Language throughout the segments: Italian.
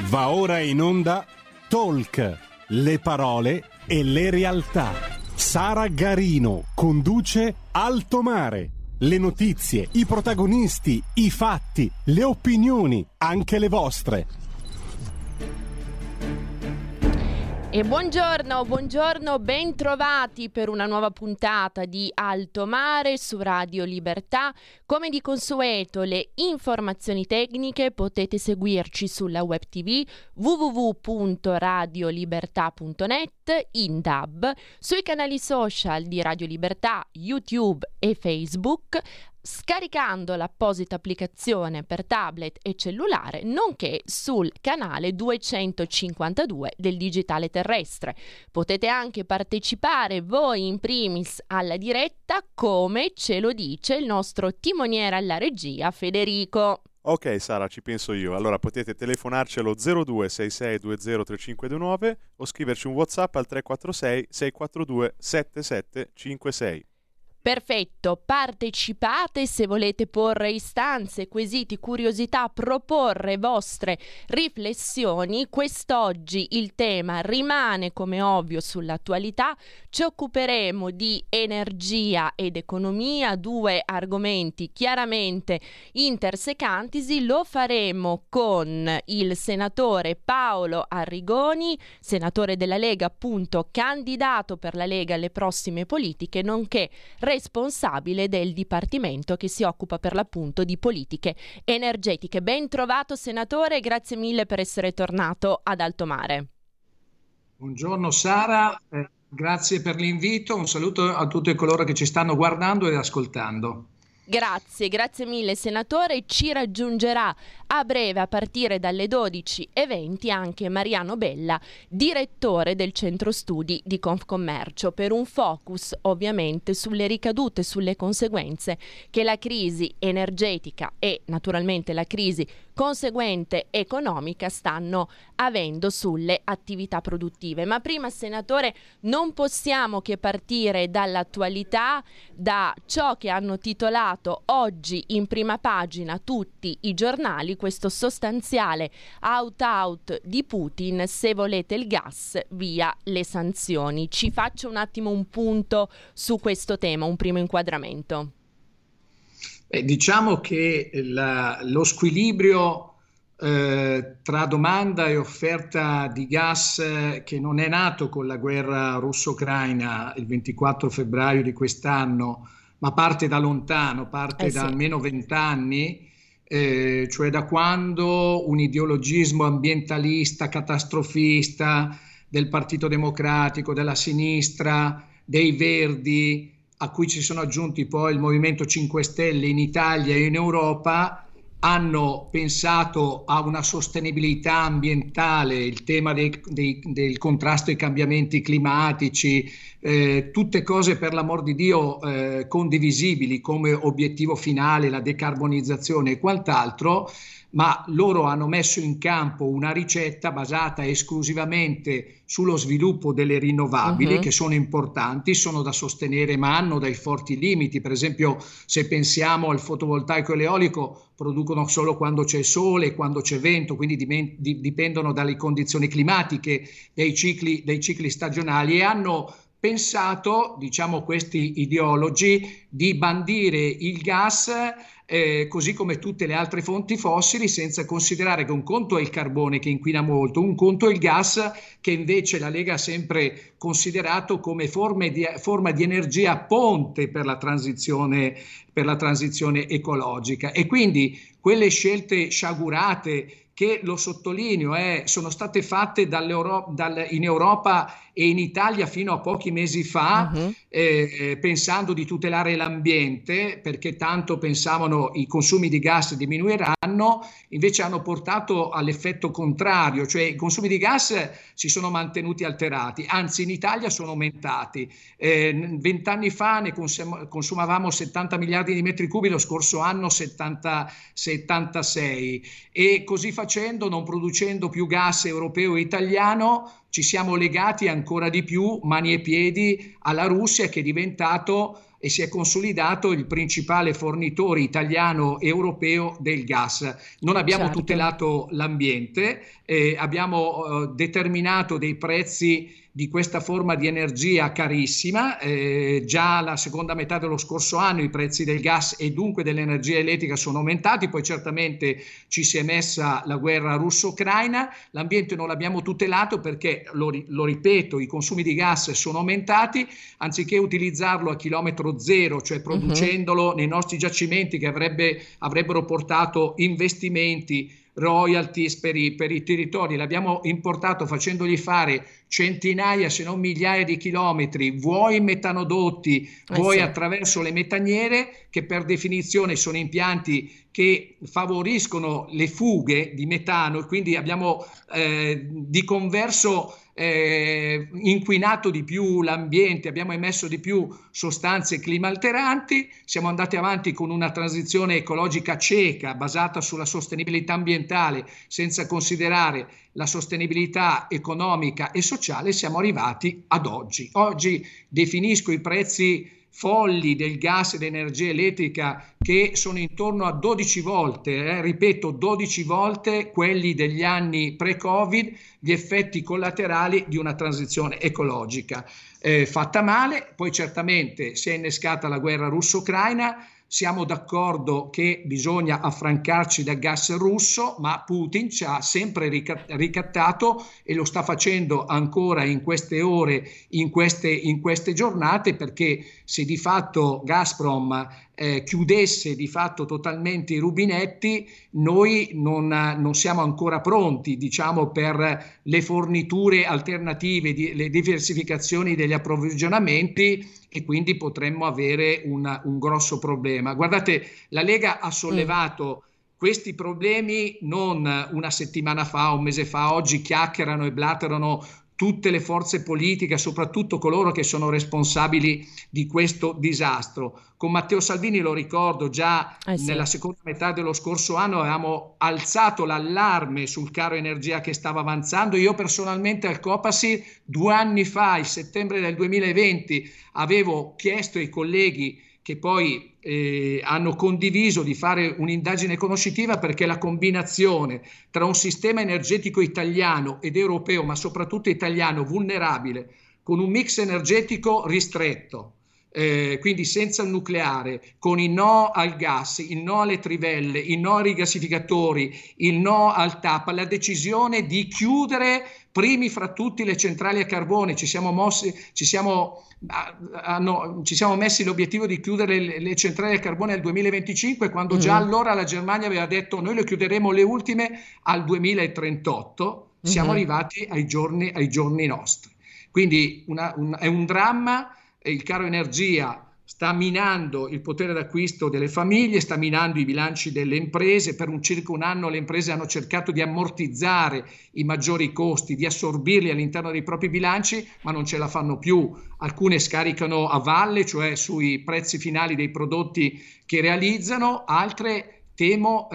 Va ora in onda Talk, le parole e le realtà. Sara Garino conduce Alto Mare. Le notizie, i protagonisti, i fatti, le opinioni, anche le vostre. E buongiorno, ben trovati per una nuova puntata di Alto Mare su Radio Libertà. Come di consueto, le informazioni tecniche potete seguirci sulla web tv www.radiolibertà.net, in DAB, sui canali social di Radio Libertà, YouTube e Facebook, scaricando l'apposita applicazione per tablet e cellulare, nonché sul canale 252 del digitale terrestre. Potete anche partecipare voi in primis alla diretta, come ce lo dice il nostro timoniere alla regia Federico. Ok Sara, ci penso io. Allora potete telefonarci allo 0266203529 o scriverci un WhatsApp al 346 642 7756. Perfetto, partecipate se volete porre istanze, quesiti, curiosità, proporre vostre riflessioni. Quest'oggi il tema rimane come ovvio sull'attualità, ci occuperemo di energia ed economia, due argomenti chiaramente intersecantisi. Lo faremo con il senatore Paolo Arrigoni, senatore della Lega, appunto candidato per la Lega alle prossime politiche, nonché responsabile del dipartimento che si occupa per l'appunto di politiche energetiche. Ben trovato senatore, grazie mille per essere tornato ad Alto Mare. Buongiorno Sara, grazie per l'invito, un saluto a tutti coloro che ci stanno guardando ed ascoltando. Grazie mille senatore. Ci raggiungerà a breve, a partire dalle 12:20, anche Mariano Bella, direttore del centro studi di Confcommercio, per un focus ovviamente sulle ricadute, sulle conseguenze che la crisi energetica e naturalmente la crisi conseguente economica stanno avendo sulle attività produttive. Ma prima, senatore, non possiamo che partire dall'attualità, da ciò che hanno titolato oggi in prima pagina tutti i giornali, questo sostanziale out di Putin: se volete il gas, via le sanzioni. Ci faccio un attimo un punto su questo tema, un primo inquadramento. Diciamo che lo squilibrio tra domanda e offerta di gas, che non è nato con la guerra russo-ucraina il 24 febbraio di quest'anno, ma parte da lontano, parte da almeno 20 anni, cioè da quando un ideologismo ambientalista, catastrofista del Partito Democratico, della sinistra, dei Verdi, a cui ci sono aggiunti poi il Movimento 5 Stelle in Italia e in Europa, hanno pensato a una sostenibilità ambientale, il tema del contrasto ai cambiamenti climatici, tutte cose per l'amor di Dio condivisibili come obiettivo finale, la decarbonizzazione e quant'altro, ma loro hanno messo in campo una ricetta basata esclusivamente sullo sviluppo delle rinnovabili, che sono importanti, sono da sostenere, ma hanno dei forti limiti. Per esempio, se pensiamo al fotovoltaico e l'eolico, producono solo quando c'è sole e quando c'è vento, quindi dipendono dalle condizioni climatiche, dei cicli stagionali, e hanno pensato, diciamo questi ideologi, di bandire il gas così come tutte le altre fonti fossili, senza considerare che un conto è il carbone, che inquina molto, un conto è il gas, che invece la Lega ha sempre considerato come forma di energia ponte per la transizione ecologica. E quindi quelle scelte sciagurate, che, lo sottolineo, sono state fatte in Europa e in Italia fino a pochi mesi fa, pensando di tutelare l'ambiente, perché tanto pensavano i consumi di gas diminuiranno, invece hanno portato all'effetto contrario, cioè i consumi di gas si sono mantenuti alterati, anzi in Italia sono aumentati. 20 anni fa ne consumavamo 70 miliardi di metri cubi, lo scorso anno 76, e così facendo, non producendo più gas europeo e italiano, ci siamo legati ancora di più, mani e piedi, alla Russia, che è diventato e si è consolidato il principale fornitore italiano e europeo del gas. Non abbiamo tutelato l'ambiente, abbiamo determinato dei prezzi di questa forma di energia carissima. Già la seconda metà dello scorso anno i prezzi del gas e dunque dell'energia elettrica sono aumentati, poi certamente ci si è messa la guerra russo-ucraina, l'ambiente non l'abbiamo tutelato perché, lo ripeto, i consumi di gas sono aumentati, anziché utilizzarlo a chilometro zero, cioè producendolo nei nostri giacimenti che avrebbero portato investimenti, royalties per i territori, l'abbiamo importato facendogli fare centinaia se non migliaia di chilometri, vuoi in metanodotti, vuoi attraverso le metaniere, che per definizione sono impianti che favoriscono le fughe di metano, e quindi abbiamo di converso inquinato di più l'ambiente, abbiamo emesso di più sostanze climalteranti, siamo andati avanti con una transizione ecologica cieca basata sulla sostenibilità ambientale senza considerare la sostenibilità economica e sociale, siamo arrivati ad oggi. Oggi definisco i prezzi folli del gas e dell'energia elettrica che sono intorno a 12 volte, ripeto 12 volte quelli degli anni pre-Covid, gli effetti collaterali di una transizione ecologica fatta male. Poi certamente si è innescata la guerra russo-ucraina, siamo d'accordo che bisogna affrancarci dal gas russo, ma Putin ci ha sempre ricattato e lo sta facendo ancora in queste ore, in queste giornate, perché se di fatto Gazprom chiudesse di fatto totalmente i rubinetti, noi non siamo ancora pronti, diciamo, per le forniture alternative, le diversificazioni degli approvvigionamenti, e quindi potremmo avere un grosso problema. Guardate, la Lega ha sollevato questi problemi non una settimana fa, un mese fa. Oggi chiacchierano e blatterano tutte le forze politiche, soprattutto coloro che sono responsabili di questo disastro. Con Matteo Salvini, lo ricordo, già nella seconda metà dello scorso anno avevamo alzato l'allarme sul caro energia che stava avanzando. Io personalmente al Copasir 2 anni fa, il settembre del 2020, avevo chiesto ai colleghi che poi hanno condiviso di fare un'indagine conoscitiva, perché la combinazione tra un sistema energetico italiano ed europeo, ma soprattutto italiano, vulnerabile, con un mix energetico ristretto, quindi senza il nucleare, con il no al gas, il no alle trivelle, il no ai rigassificatori, il no al TAP, la decisione di chiudere primi fra tutti le centrali a carbone. Ci siamo messi l'obiettivo di chiudere le centrali a carbone nel 2025, quando già allora la Germania aveva detto noi le chiuderemo le ultime al 2038. Siamo arrivati ai giorni nostri. Quindi è un dramma. Il caro energia sta minando il potere d'acquisto delle famiglie, sta minando i bilanci delle imprese. Per circa un anno le imprese hanno cercato di ammortizzare i maggiori costi, di assorbirli all'interno dei propri bilanci, ma non ce la fanno più. Alcune scaricano a valle, cioè sui prezzi finali dei prodotti che realizzano, altre temo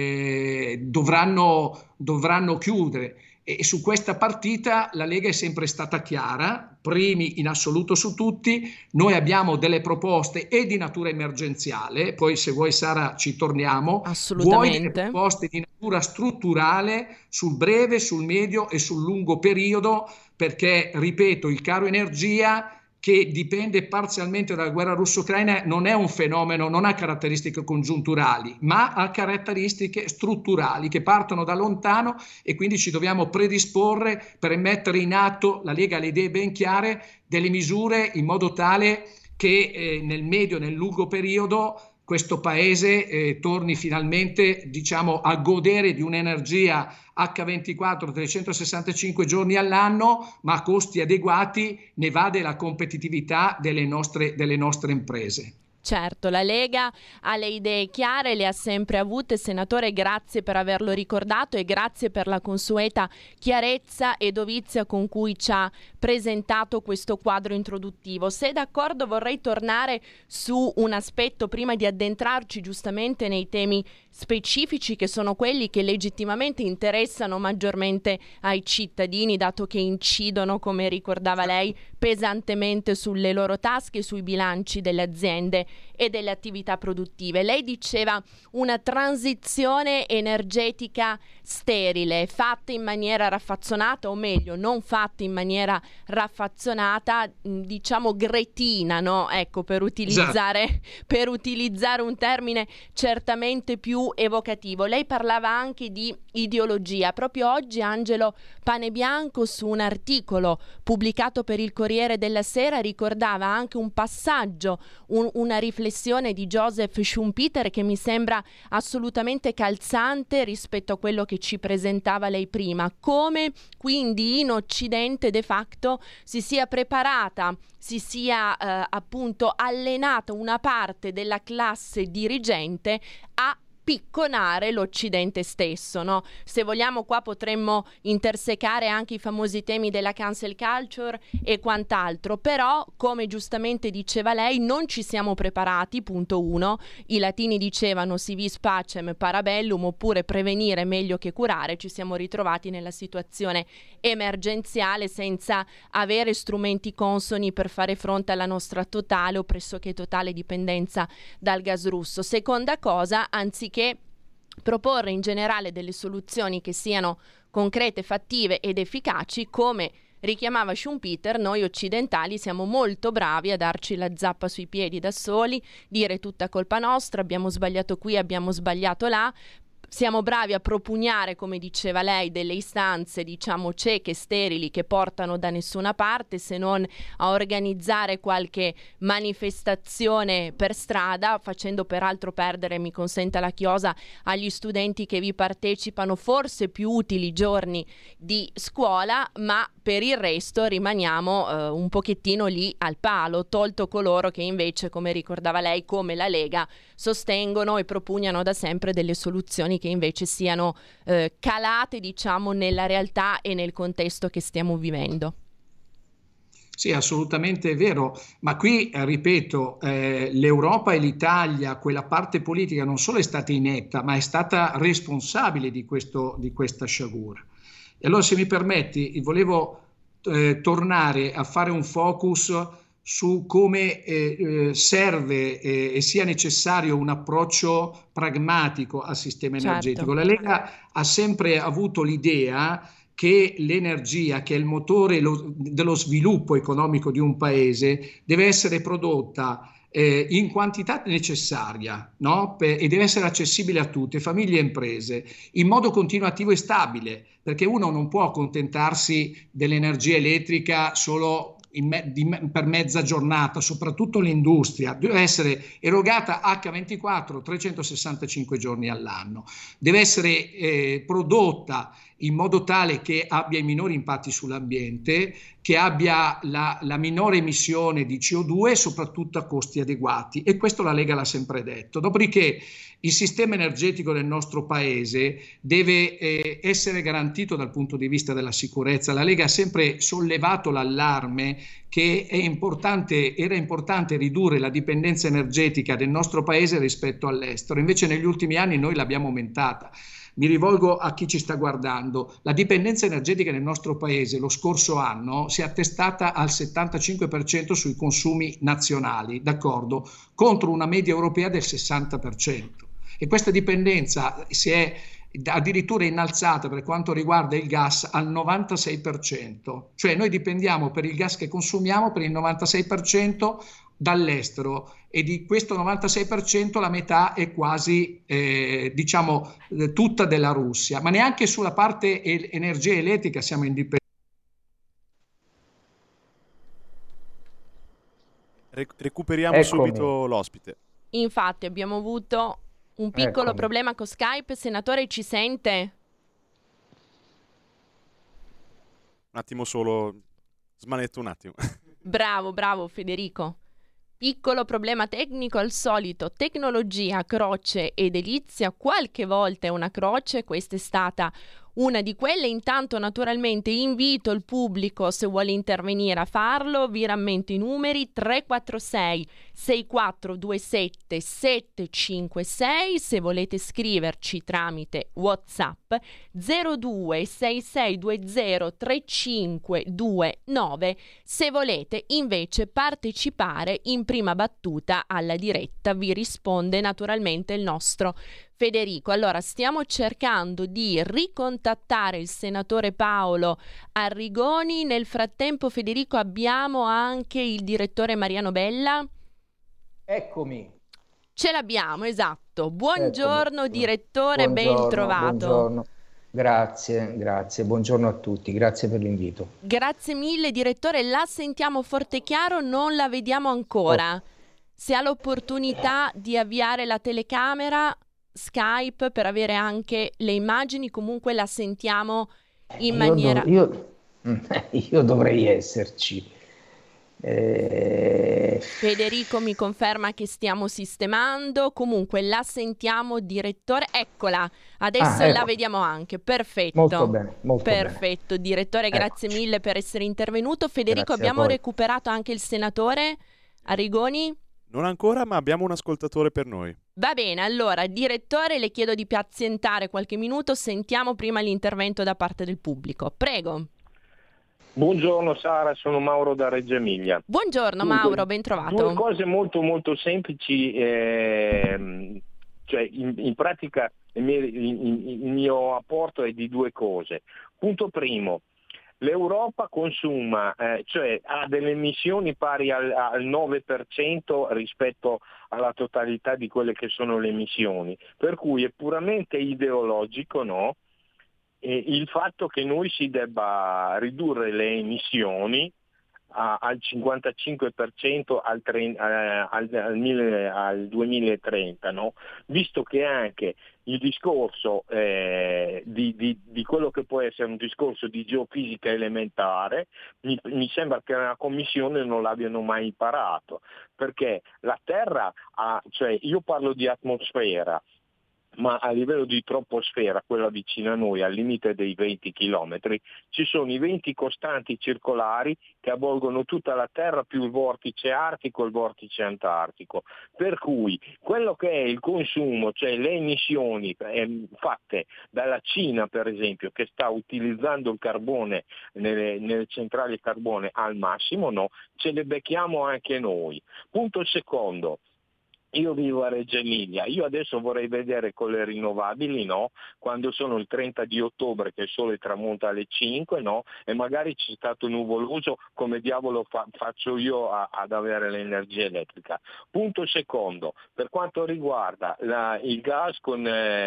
dovranno chiudere. E su questa partita la Lega è sempre stata chiara, primi in assoluto su tutti. Noi abbiamo delle proposte e di natura emergenziale, poi se vuoi Sara ci torniamo, vuoi delle proposte di natura strutturale sul breve, sul medio e sul lungo periodo, perché, ripeto, il caro energia, che dipende parzialmente dalla guerra russo-ucraina, non è un fenomeno, non ha caratteristiche congiunturali, ma ha caratteristiche strutturali che partono da lontano, e quindi ci dobbiamo predisporre per mettere in atto, la Lega ha le idee ben chiare, delle misure in modo tale che nel medio e nel lungo periodo questo paese torni finalmente, diciamo, a godere di un'energia H24 365 giorni all'anno, ma a costi adeguati. Ne va della competitività delle nostre imprese. Certo, la Lega ha le idee chiare, le ha sempre avute. Senatore, grazie per averlo ricordato e grazie per la consueta chiarezza e dovizia con cui ci ha presentato questo quadro introduttivo. Se è d'accordo, vorrei tornare su un aspetto prima di addentrarci giustamente nei temi specifici che sono quelli che legittimamente interessano maggiormente ai cittadini, dato che incidono, come ricordava lei, pesantemente sulle loro tasche, sui bilanci delle aziende e delle attività produttive. Lei diceva una transizione energetica sterile, fatta in maniera raffazzonata, o meglio, non fatta in maniera raffazzonata, diciamo gretina, no? Ecco, per utilizzare un termine certamente più evocativo. Lei parlava anche di ideologia. Proprio oggi Angelo Panebianco, su un articolo pubblicato per il Corriere della Sera, ricordava anche un passaggio, una riflessione di Joseph Schumpeter che mi sembra assolutamente calzante rispetto a quello che ci presentava lei prima, come quindi in Occidente de facto si sia preparata, si sia appunto allenata una parte della classe dirigente a picconare l'Occidente stesso, no? Se vogliamo, qua potremmo intersecare anche i famosi temi della cancel culture e quant'altro, però, come giustamente diceva lei, non ci siamo preparati, punto uno. I latini dicevano si vis pacem parabellum, oppure prevenire è meglio che curare. Ci siamo ritrovati nella situazione emergenziale senza avere strumenti consoni per fare fronte alla nostra totale o pressoché totale dipendenza dal gas russo. Seconda cosa, anziché proporre in generale delle soluzioni che siano concrete, fattive ed efficaci, come richiamava Schumpeter, noi occidentali siamo molto bravi a darci la zappa sui piedi da soli, dire tutta colpa nostra, abbiamo sbagliato qui, abbiamo sbagliato là. Siamo bravi a propugnare, come diceva lei, delle istanze, diciamo, cieche, sterili, che portano da nessuna parte, se non a organizzare qualche manifestazione per strada, facendo peraltro perdere, mi consenta la chiosa, agli studenti che vi partecipano forse più utili giorni di scuola, ma per il resto rimaniamo un pochettino lì al palo, tolto coloro che invece, come ricordava lei, come la Lega, sostengono e propugnano da sempre delle soluzioni che invece siano calate, diciamo, nella realtà e nel contesto che stiamo vivendo. Sì, assolutamente vero, ma qui, ripeto, l'Europa e l'Italia, quella parte politica, non solo è stata inetta, ma è stata responsabile di questa sciagura. E allora, se mi permetti, volevo tornare a fare un focus su come serve e sia necessario un approccio pragmatico al sistema energetico. La Lega ha sempre avuto l'idea che l'energia, che è il motore dello sviluppo economico di un paese, deve essere prodotta in quantità necessaria, no? E deve essere accessibile a tutte, famiglie e imprese, in modo continuativo e stabile, perché uno non può accontentarsi dell'energia elettrica solo per mezza giornata, soprattutto l'industria. Deve essere erogata H24, 365 giorni all'anno, deve essere prodotta in modo tale che abbia i minori impatti sull'ambiente, che abbia la minore emissione di CO2 e soprattutto a costi adeguati, e questo la Lega l'ha sempre detto. Dopodiché il sistema energetico del nostro paese deve essere garantito dal punto di vista della sicurezza. La Lega ha sempre sollevato l'allarme che era importante ridurre la dipendenza energetica del nostro paese rispetto all'estero, invece negli ultimi anni noi l'abbiamo aumentata. Mi rivolgo a chi ci sta guardando. La dipendenza energetica nel nostro paese lo scorso anno si è attestata al 75% sui consumi nazionali, d'accordo, contro una media europea del 60%. E questa dipendenza si è addirittura innalzata per quanto riguarda il gas al 96%, cioè noi dipendiamo per il gas che consumiamo per il 96% dall'estero, e di questo 96% la metà è quasi tutta della Russia, ma neanche sulla parte energia elettrica siamo indipendenti. Recuperiamo subito l'ospite. Infatti abbiamo avuto un piccolo problema con Skype. Senatore, ci sente? Un attimo solo, smanetto un attimo. Bravo Federico. Piccolo problema tecnico al solito, tecnologia, croce ed edilizia, qualche volta è una croce, questa è stata una di quelle. Intanto naturalmente invito il pubblico, se vuole intervenire, a farlo. Vi rammento i numeri: 346 6427 756. Se volete scriverci tramite WhatsApp 02 6620 3529. Se volete invece partecipare in prima battuta alla diretta, vi risponde naturalmente il nostro Federico. Allora, stiamo cercando di ricontattare il senatore Paolo Arrigoni. Nel frattempo, Federico, abbiamo anche il direttore Mariano Bella. Eccomi. Ce l'abbiamo, esatto. Buongiorno direttore, Buongiorno, ben trovato. buongiorno. Grazie, buongiorno a tutti, grazie per l'invito. Grazie mille direttore, la sentiamo forte e chiaro, non la vediamo ancora. Se ha l'opportunità di avviare la telecamera, Skype, per avere anche le immagini, comunque la sentiamo in maniera... Io dovrei esserci. Federico mi conferma che stiamo sistemando, comunque la sentiamo direttore, eccola, adesso la vediamo anche, perfetto. Molto bene, perfetto. Direttore, grazie mille per essere intervenuto. Federico, abbiamo recuperato anche il senatore Arrigoni? Non ancora, ma abbiamo un ascoltatore per noi. Va bene, allora direttore, le chiedo di pazientare qualche minuto, sentiamo prima l'intervento da parte del pubblico, prego. Buongiorno Sara, sono Mauro da Reggio Emilia. Buongiorno Mauro, ben trovato. Due cose molto molto semplici, cioè in pratica il mio apporto è di due cose. Punto primo, l'Europa consuma, cioè ha delle emissioni pari al 9% rispetto alla totalità di quelle che sono le emissioni, per cui è puramente ideologico, no? Il fatto che noi si debba ridurre le emissioni al 55% al 2030, no? Visto che anche il discorso di quello che può essere un discorso di geofisica elementare, mi sembra che nella Commissione non l'abbiano mai imparato, perché la Terra ha, cioè io parlo di atmosfera, ma a livello di troposfera, quella vicina a noi, al limite dei 20 chilometri, ci sono i venti costanti circolari che avvolgono tutta la Terra più il vortice artico e il vortice antartico. Per cui quello che è il consumo, cioè le emissioni fatte dalla Cina, per esempio, che sta utilizzando il carbone nelle centrali carbone al massimo, no, ce le becchiamo anche noi. Punto secondo. Io vivo a Reggio Emilia, io adesso vorrei vedere con le rinnovabili, no? Quando sono il 30 di ottobre che il sole tramonta alle 5, no? E magari c'è stato nuvoloso, come diavolo faccio io ad avere l'energia elettrica. Punto secondo, per quanto riguarda il gas con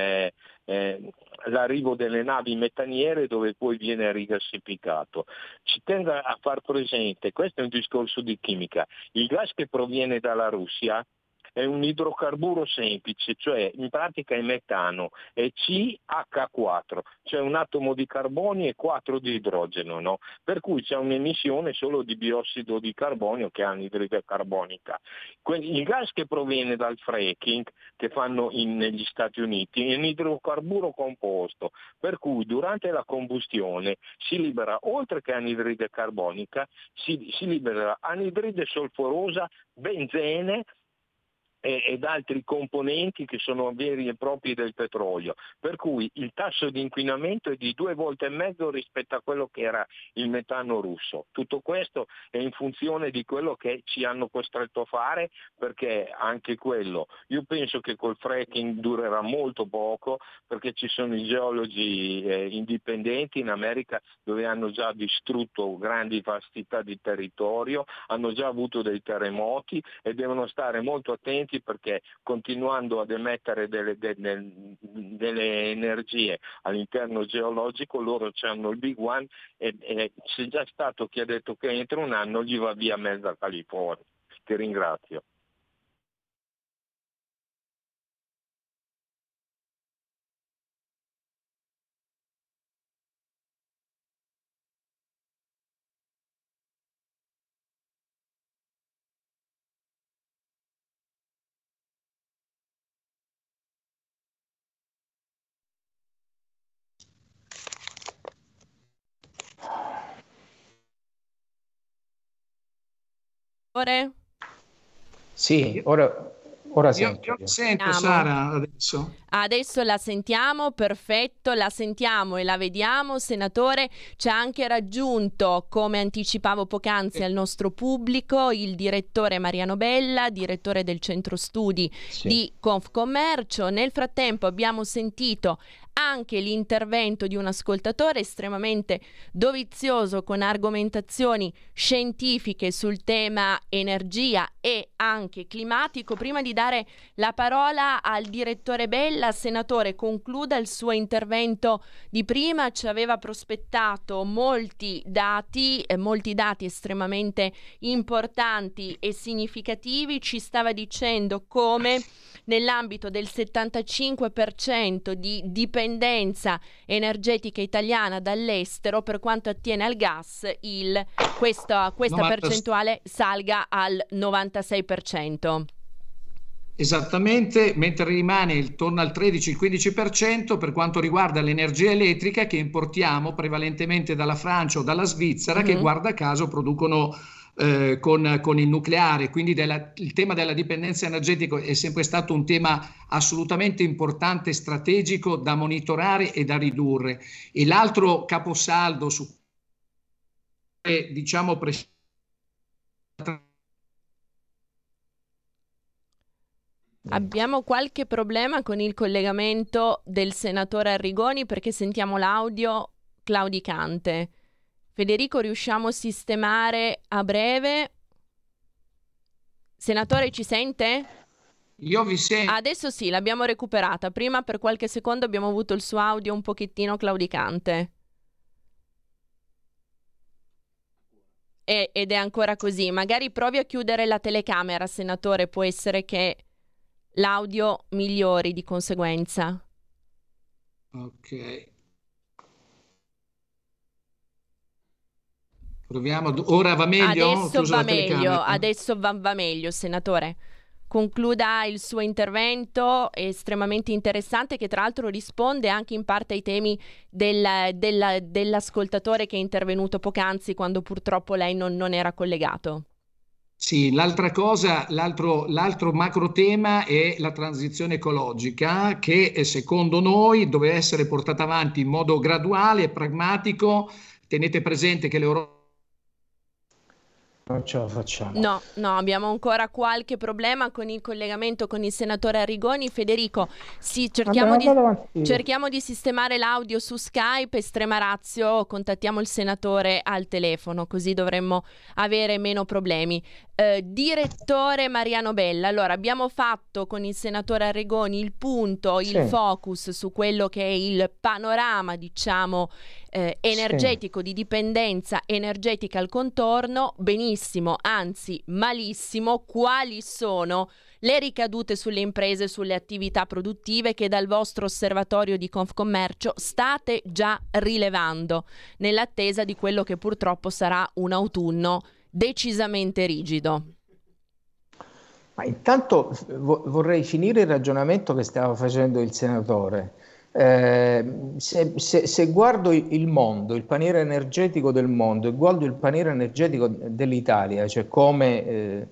l'arrivo delle navi metaniere dove poi viene rigassificato. Ci tengo a far presente, questo è un discorso di chimica, il gas che proviene dalla Russia è un idrocarburo semplice, cioè in pratica è metano, è CH4, cioè un atomo di carbonio e 4 di idrogeno, no? Per cui c'è un'emissione solo di biossido di carbonio che è anidride carbonica. Il gas che proviene dal fracking che fanno negli Stati Uniti è un idrocarburo composto, per cui durante la combustione si libera, oltre che anidride carbonica, si libera anidride solforosa, benzene ed altri componenti che sono veri e propri del petrolio, per cui il tasso di inquinamento è di 2,5 volte rispetto a quello che era il metano russo. Tutto questo è in funzione di quello che ci hanno costretto a fare, perché anche quello, io penso che col fracking durerà molto poco, perché ci sono i geologi indipendenti in America dove hanno già distrutto grandi vastità di territorio, hanno già avuto dei terremoti e devono stare molto attenti, perché continuando ad emettere delle energie all'interno geologico loro hanno il Big One e c'è già stato chi ha detto che entro un anno gli va via mezza California. Ti ringrazio. Sì, ora sento. Io sento Sentiamo. Sara adesso. Adesso la sentiamo, perfetto, la sentiamo e la vediamo. Senatore, ci ha anche raggiunto, come anticipavo poc'anzi al nostro pubblico, il direttore Mariano Bella, direttore del centro studi di Confcommercio. Nel frattempo abbiamo sentito anche l'intervento di un ascoltatore estremamente dovizioso, con argomentazioni scientifiche sul tema energia e anche climatico. Prima di dare la parola al direttore Bella, senatore, concluda il suo intervento di prima. Ci aveva prospettato molti dati estremamente importanti e significativi. Ci stava dicendo come nell'ambito del 75% di dipendenza energetica italiana dall'estero, per quanto attiene al gas, questa percentuale salga al 96%. Esattamente, mentre rimane intorno al 13-15% per quanto riguarda l'energia elettrica che importiamo prevalentemente dalla Francia o dalla Svizzera, che guarda caso producono con il nucleare. Quindi il tema della dipendenza energetica è sempre stato un tema assolutamente importante e strategico da monitorare e da ridurre. E l'altro caposaldo su diciamo Abbiamo qualche problema con il collegamento del senatore Arrigoni, perché sentiamo l'audio claudicante. Federico, riusciamo a sistemare a breve? Senatore, ci sente? Io vi sento. Adesso sì, l'abbiamo recuperata. Prima per qualche secondo abbiamo avuto il suo audio un pochettino claudicante. Ed è ancora così. Magari provi a chiudere la telecamera, senatore, può essere che l'audio migliori di conseguenza. Ok. Proviamo. Ora va meglio? Adesso va meglio, senatore. Concluda il suo intervento estremamente interessante, che tra l'altro risponde anche in parte ai temi dell'ascoltatore che è intervenuto poc'anzi, quando purtroppo lei non era collegato. Sì, l'altro macro tema è la transizione ecologica, che secondo noi deve essere portata avanti in modo graduale e pragmatico. Tenete presente che l'Europa non ce la facciamo. No, abbiamo ancora qualche problema con il collegamento con il senatore Arrigoni. Federico, sì, cerchiamo di sistemare l'audio su Skype. Estrema ratio, contattiamo il senatore al telefono, così dovremmo avere meno problemi. Direttore Mariano Bella, allora abbiamo fatto con il senatore Arrigoni il punto, il focus su quello che è il panorama, diciamo, energetico, di dipendenza energetica al contorno. Benissimo, anzi malissimo. Quali sono le ricadute sulle imprese, sulle attività produttive che dal vostro osservatorio di Confcommercio state già rilevando, nell'attesa di quello che purtroppo sarà un autunno decisamente rigido? Ma intanto vorrei finire il ragionamento che stava facendo il senatore. Se guardo il mondo, il paniere energetico del mondo, e guardo il paniere energetico dell'Italia, cioè come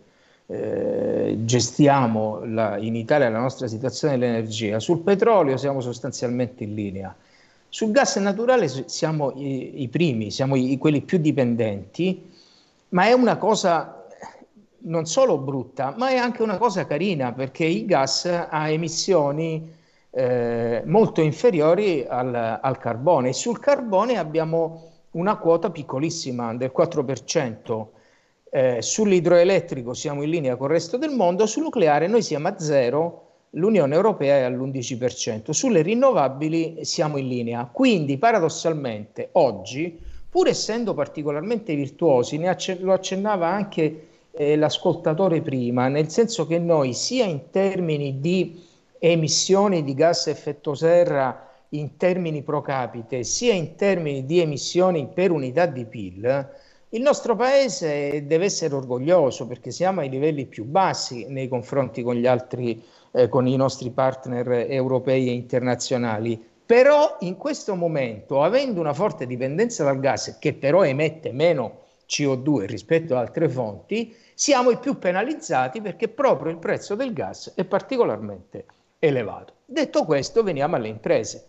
gestiamo in Italia la nostra situazione dell'energia, sul petrolio siamo sostanzialmente in linea. Sul gas naturale siamo i primi, siamo quelli più dipendenti, ma è una cosa non solo brutta, ma è anche una cosa carina, perché il gas ha emissioni molto inferiori al carbone, e sul carbone abbiamo una quota piccolissima del 4%. Sull'idroelettrico siamo in linea con il resto del mondo, sul nucleare noi siamo a 0, l'Unione Europea è all'11%, sulle rinnovabili siamo in linea. Quindi paradossalmente oggi, pur essendo particolarmente virtuosi, lo accennava anche l'ascoltatore prima, nel senso che noi, sia in termini di emissioni di gas a effetto serra in termini pro capite, sia in termini di emissioni per unità di PIL, il nostro paese deve essere orgoglioso, perché siamo ai livelli più bassi nei confronti con gli altri, con i nostri partner europei e internazionali. Però in questo momento, avendo una forte dipendenza dal gas, che però emette meno CO2 rispetto ad altre fonti, siamo i più penalizzati perché proprio il prezzo del gas è particolarmente elevato. Detto questo, veniamo alle imprese.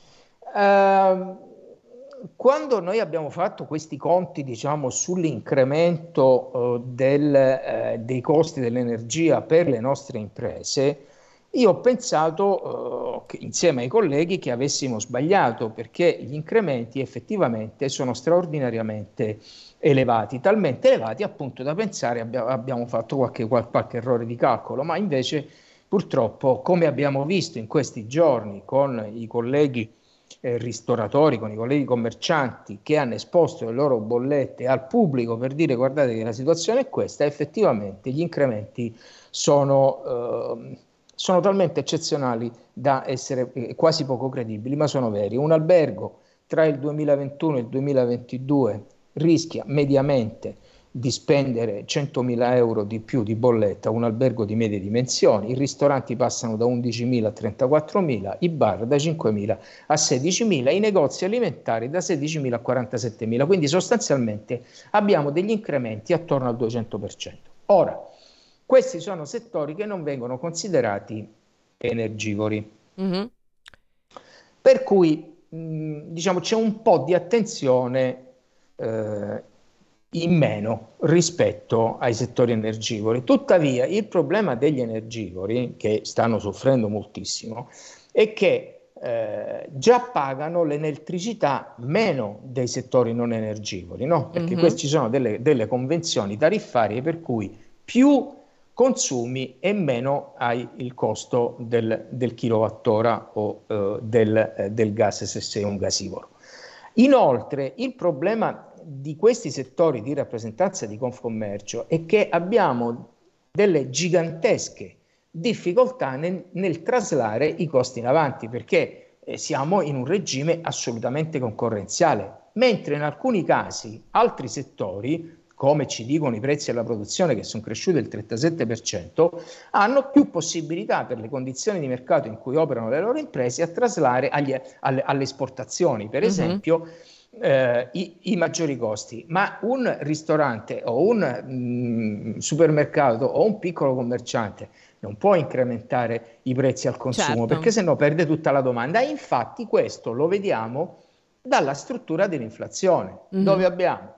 Quando noi abbiamo fatto questi conti, diciamo, sull'incremento dei costi dell'energia per le nostre imprese, io ho pensato che, insieme ai colleghi, che avessimo sbagliato, perché gli incrementi effettivamente sono straordinariamente elevati, talmente elevati appunto da pensare abbiamo fatto qualche errore di calcolo, ma invece purtroppo, come abbiamo visto in questi giorni con i colleghi ristoratori, con i colleghi commercianti che hanno esposto le loro bollette al pubblico per dire guardate che la situazione è questa, effettivamente gli incrementi sono talmente eccezionali da essere quasi poco credibili, ma sono veri. Un albergo tra il 2021 e il 2022 rischia mediamente di spendere 100.000 euro di più di bolletta, un albergo di medie dimensioni, i ristoranti passano da 11.000 a 34.000, i bar da 5.000 a 16.000, i negozi alimentari da 16.000 a 47.000, quindi sostanzialmente abbiamo degli incrementi attorno al 200%. Ora, questi sono settori che non vengono considerati energivori, per cui diciamo c'è un po' di attenzione in meno rispetto ai settori energivori. Tuttavia il problema degli energivori, che stanno soffrendo moltissimo, è che già pagano l'elettricità meno dei settori non energivori, no? Perché questi sono delle convenzioni tariffarie per cui più consumi e meno hai il costo del kilowattora o del gas se sei un gasivoro. Inoltre il problema di questi settori di rappresentanza di Confcommercio è che abbiamo delle gigantesche difficoltà nel traslare i costi in avanti, perché siamo in un regime assolutamente concorrenziale, mentre in alcuni casi altri settori, come ci dicono i prezzi alla produzione che sono cresciuti del 37%, hanno più possibilità per le condizioni di mercato in cui operano le loro imprese a traslare alle esportazioni, per esempio, i maggiori costi. Ma un ristorante o un supermercato o un piccolo commerciante non può incrementare i prezzi al consumo, perché sennò perde tutta la domanda. E infatti questo lo vediamo dalla struttura dell'inflazione, dove abbiamo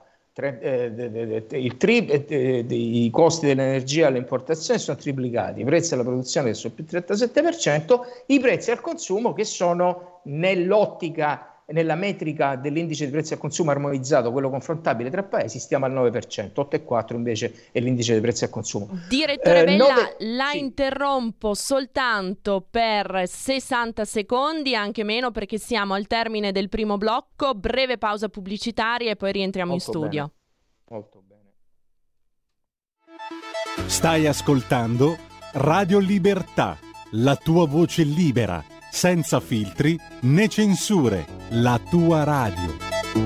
i costi dell'energia alle importazioni sono triplicati, i prezzi alla produzione che sono più 37%, i prezzi al consumo che sono nella metrica dell'indice di prezzi al consumo armonizzato, quello confrontabile tra paesi, stiamo al 9%, 8,4 invece è l'indice dei prezzi al consumo. Direttore Bella, interrompo soltanto per 60 secondi, anche meno, perché siamo al termine del primo blocco, breve pausa pubblicitaria e poi rientriamo in studio. Molto bene. Stai ascoltando Radio Libertà, la tua voce libera, senza filtri né censure, la tua radio.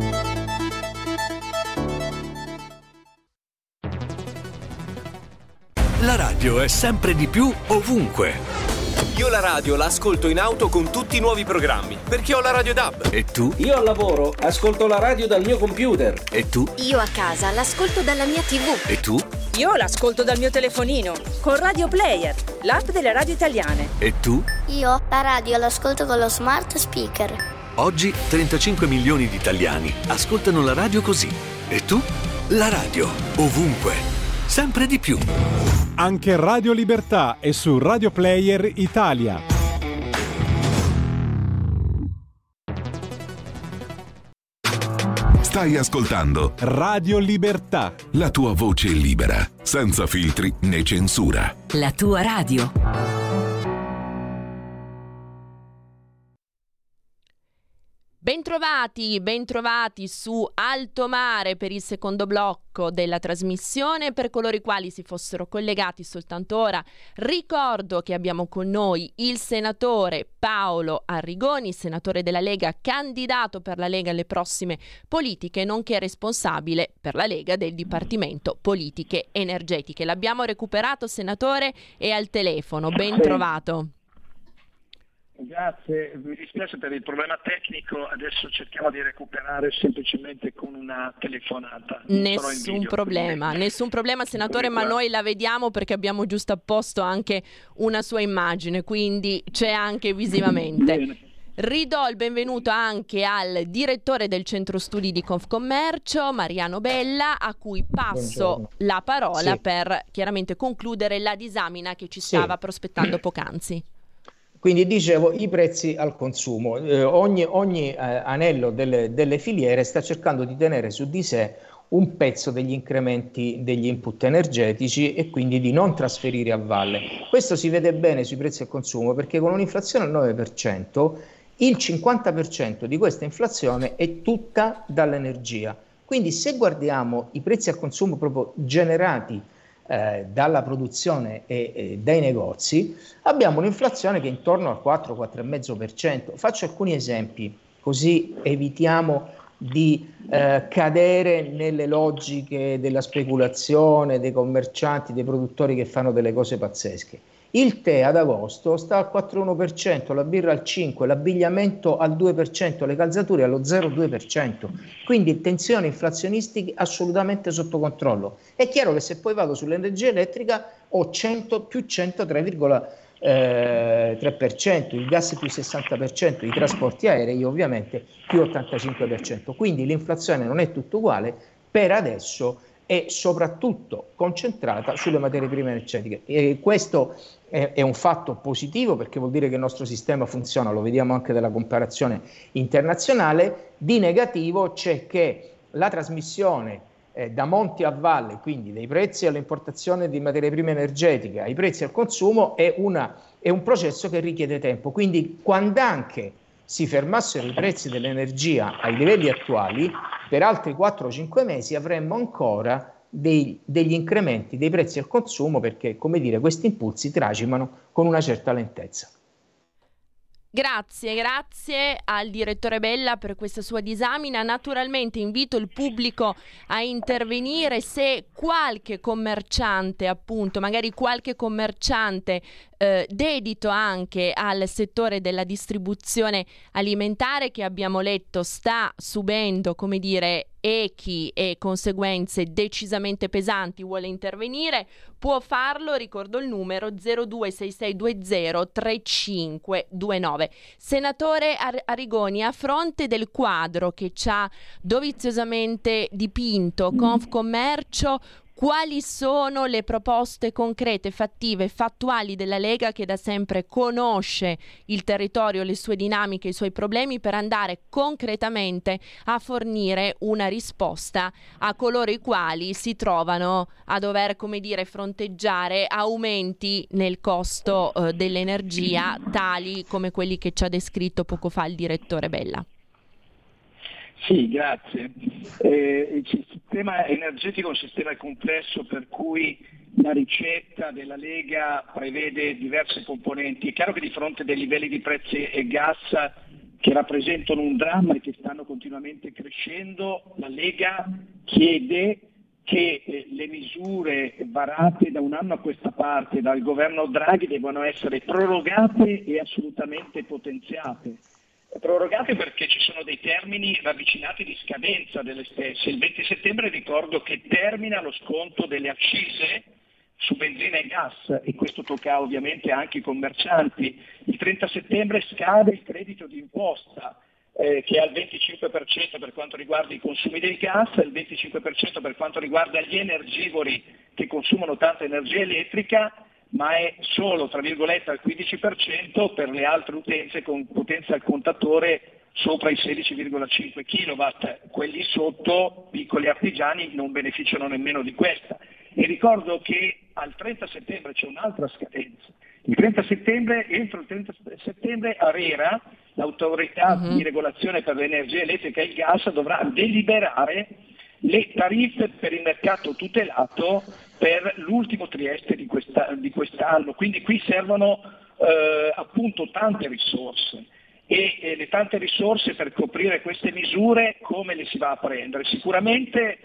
La radio è sempre di più ovunque. Io la radio la ascolto in auto con tutti i nuovi programmi, perché ho la radio DAB. E tu? Io al lavoro ascolto la radio dal mio computer. E tu? Io a casa l'ascolto dalla mia TV. E tu? Io l'ascolto dal mio telefonino, con Radio Player, l'app delle radio italiane. E tu? Io la radio l'ascolto con lo smart speaker. Oggi 35 milioni di italiani ascoltano la radio così. E tu? La radio, ovunque, sempre di più. Anche Radio Libertà è su Radio Player Italia. Stai ascoltando Radio Libertà, la tua voce libera, senza filtri né censura. La tua radio. Bentrovati su Alto Mare per il secondo blocco della trasmissione. Per coloro i quali si fossero collegati soltanto ora, ricordo che abbiamo con noi il senatore Paolo Arrigoni, senatore della Lega, candidato per la Lega alle prossime politiche, nonché responsabile per la Lega del Dipartimento Politiche Energetiche. L'abbiamo recuperato, senatore, e al telefono. Ben trovato. Grazie, mi dispiace per il problema tecnico, adesso cerchiamo di recuperare semplicemente con una telefonata. Nessun problema senatore, ma noi la vediamo perché abbiamo giusto apposto anche una sua immagine, quindi c'è anche visivamente. Bene. Ridò il benvenuto anche al direttore del centro studi di Confcommercio, Mariano Bella, a cui passo la parola per chiaramente concludere la disamina che ci stava prospettando poc'anzi. Quindi dicevo, i prezzi al consumo, ogni anello delle filiere sta cercando di tenere su di sé un pezzo degli incrementi degli input energetici e quindi di non trasferire a valle. Questo si vede bene sui prezzi al consumo perché con un'inflazione al 9%, il 50% di questa inflazione è tutta dall'energia. Quindi se guardiamo i prezzi al consumo proprio generati dalla produzione e dai negozi, abbiamo un'inflazione che è intorno al 4-4,5%. Faccio alcuni esempi, così evitiamo di cadere nelle logiche della speculazione, dei commercianti, dei produttori che fanno delle cose pazzesche. Il tè ad agosto sta al 4,1%, la birra al 5%, l'abbigliamento al 2%, le calzature allo 0,2%, quindi tensioni inflazionistiche assolutamente sotto controllo. È chiaro che se poi vado sull'energia elettrica ho più 103,3%, il gas più 60%, i trasporti aerei ovviamente più 85%, quindi l'inflazione non è tutto uguale per adesso, è soprattutto concentrata sulle materie prime energetiche. E questo è un fatto positivo perché vuol dire che il nostro sistema funziona, lo vediamo anche dalla comparazione internazionale. Di negativo c'è che la trasmissione da monte a valle, quindi dei prezzi all'importazione di materie prime energetiche ai prezzi al consumo, è un processo che richiede tempo. Quindi quando anche si fermassero i prezzi dell'energia ai livelli attuali, per altri 4-5 mesi avremmo ancora degli incrementi dei prezzi al consumo perché, come dire, questi impulsi tracimano con una certa lentezza. Grazie al direttore Bella per questa sua disamina. Naturalmente invito il pubblico a intervenire se qualche commerciante, appunto, magari qualche commerciante dedito anche al settore della distribuzione alimentare, che abbiamo letto sta subendo, come dire, echi e conseguenze decisamente pesanti, vuole intervenire, può farlo. Ricordo il numero 0266203529. Senatore Arrigoni, a fronte del quadro che ci ha doviziosamente dipinto Confcommercio, quali sono le proposte concrete, fattive, fattuali della Lega, che da sempre conosce il territorio, le sue dinamiche, i suoi problemi, per andare concretamente a fornire una risposta a coloro i quali si trovano a dover, come dire, fronteggiare aumenti nel costo dell'energia tali come quelli che ci ha descritto poco fa il direttore Bella? Sì, grazie. Il sistema energetico è un sistema complesso per cui la ricetta della Lega prevede diverse componenti. È chiaro che di fronte a dei livelli di prezzi e gas che rappresentano un dramma e che stanno continuamente crescendo, la Lega chiede che le misure varate da un anno a questa parte dal governo Draghi devono essere prorogate e assolutamente potenziate. Prorogate perché ci sono dei termini ravvicinati di scadenza delle stesse. Il 20 settembre ricordo che termina lo sconto delle accise su benzina e gas, e questo tocca ovviamente anche i commercianti. Il 30 settembre scade il credito d'imposta che è al 25% per quanto riguarda i consumi del gas, il 25% per quanto riguarda gli energivori che consumano tanta energia elettrica, ma è solo, tra virgolette, al 15% per le altre utenze con potenza al contatore sopra i 16,5 kW. Quelli sotto, piccoli artigiani, non beneficiano nemmeno di questa. E ricordo che al 30 settembre c'è un'altra scadenza. Il 30 settembre, entro il 30 settembre, ARERA, l'autorità di regolazione per l'energia elettrica e il gas, dovrà deliberare le tariffe per il mercato tutelato per l'ultimo trimestre di quest'anno. Quindi qui servono appunto tante risorse e le tante risorse per coprire queste misure come le si va a prendere? Sicuramente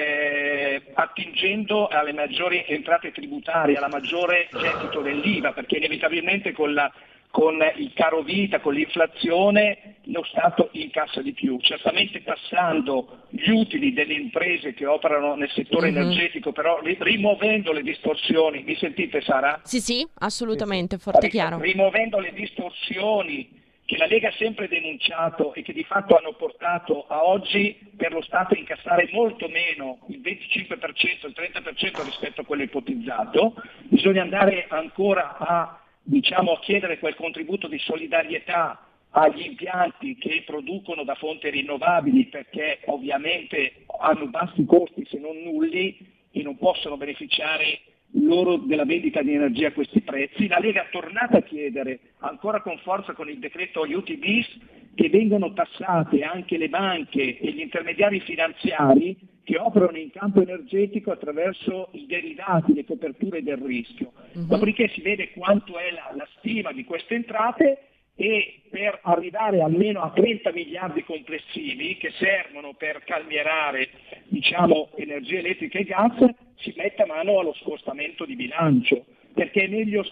attingendo alle maggiori entrate tributarie, alla maggiore gettito dell'IVA, perché inevitabilmente con con il caro vita, con l'inflazione, lo Stato incassa di più. Certamente tassando gli utili delle imprese che operano nel settore energetico, però rimuovendo le distorsioni. Mi sentite, Sara? Sì, assolutamente, forte e chiaro. Rimuovendo le distorsioni che la Lega ha sempre denunciato e che di fatto hanno portato a oggi per lo Stato a incassare molto meno, il 25%, il 30% rispetto a quello ipotizzato. Bisogna andare ancora a chiedere quel contributo di solidarietà agli impianti che producono da fonti rinnovabili, perché ovviamente hanno bassi costi se non nulli e non possono beneficiare loro della vendita di energia a questi prezzi. La Lega è tornata a chiedere ancora con forza con il decreto aiuti bis che vengano tassate anche le banche e gli intermediari finanziari che operano in campo energetico attraverso i derivati, le coperture del rischio. Dopodiché si vede quanto è la stima di queste entrate, e per arrivare almeno a 30 miliardi complessivi che servono per calmierare energia elettrica e gas, si mette a mano allo scostamento di bilancio, perché è meglio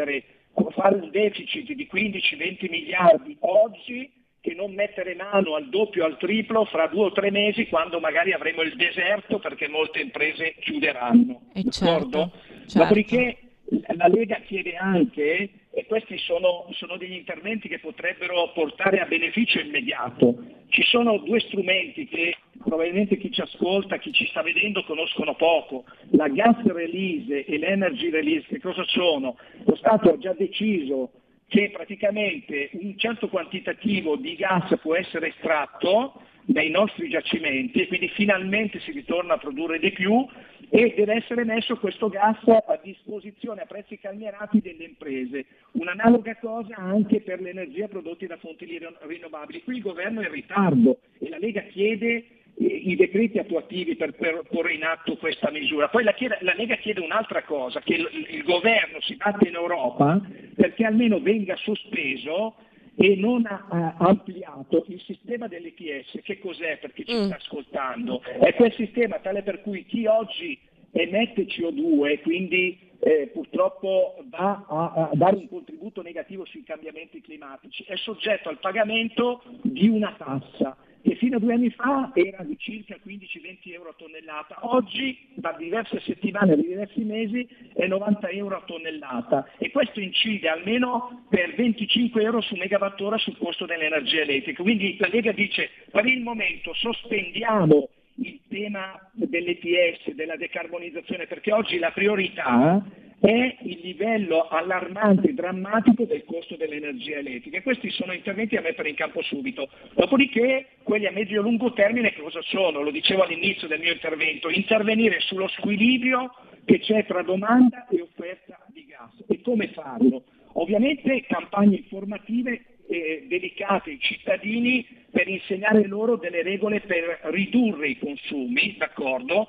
fare un deficit di 15-20 miliardi oggi che non mettere mano al doppio, al triplo fra 2 o 3 mesi, quando magari avremo il deserto perché molte imprese chiuderanno. D'accordo? Certo. Dopodiché la Lega chiede anche, e questi sono degli interventi che potrebbero portare a beneficio immediato, ci sono 2 strumenti che probabilmente chi ci ascolta, chi ci sta vedendo conoscono poco, la gas release e l'energy release. Che cosa sono? Lo Stato ha già deciso che praticamente un certo quantitativo di gas può essere estratto dai nostri giacimenti e quindi finalmente si ritorna a produrre di più, e deve essere messo questo gas a disposizione a prezzi calmierati delle imprese. Un'analoga cosa anche per l'energia prodotta da fonti rinnovabili. Qui il governo è in ritardo e la Lega chiede i decreti attuativi per porre in atto questa misura. Poi la Lega chiede un'altra cosa, che il governo si batte in Europa perché almeno venga sospeso e non ha ampliato il sistema dell'ETS. Che cos'è, per chi ci sta ascoltando? È quel sistema tale per cui chi oggi emette CO2, quindi purtroppo va a dare un contributo negativo sui cambiamenti climatici, è soggetto al pagamento di una tassa che fino a 2 anni fa era di circa 15-20 euro a tonnellata, oggi da diverse settimane, di diversi mesi, è 90 euro a tonnellata, e questo incide almeno per 25 euro su megawattora sul costo dell'energia elettrica. Quindi la Lega dice: per il momento sospendiamo il tema dell'ETS, della decarbonizzazione, perché oggi la priorità è il livello allarmante e drammatico del costo dell'energia elettrica. E questi sono interventi da mettere in campo subito. Dopodiché quelli a medio e lungo termine che cosa sono? Lo dicevo all'inizio del mio intervento: intervenire sullo squilibrio che c'è tra domanda e offerta di gas. E come farlo? Ovviamente campagne informative dedicate ai cittadini per insegnare loro delle regole per ridurre i consumi, d'accordo?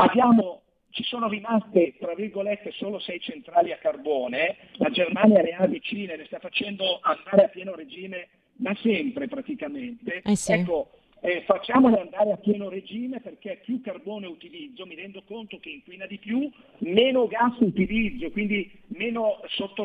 Ci sono rimaste, tra virgolette, solo 6 centrali a carbone, la Germania ne ha decine, le sta facendo andare a pieno regime da sempre praticamente. Sì. Ecco, facciamole andare a pieno regime, perché più carbone utilizzo, mi rendo conto che inquina di più, meno gas utilizzo, quindi meno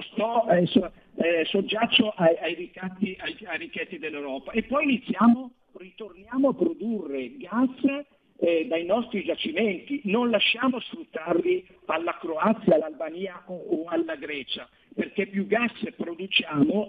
soggiaccio ai ricatti dell'Europa. E poi ritorniamo a produrre gas dai nostri giacimenti, non lasciamo sfruttarli alla Croazia, all'Albania o alla Grecia, perché più gas produciamo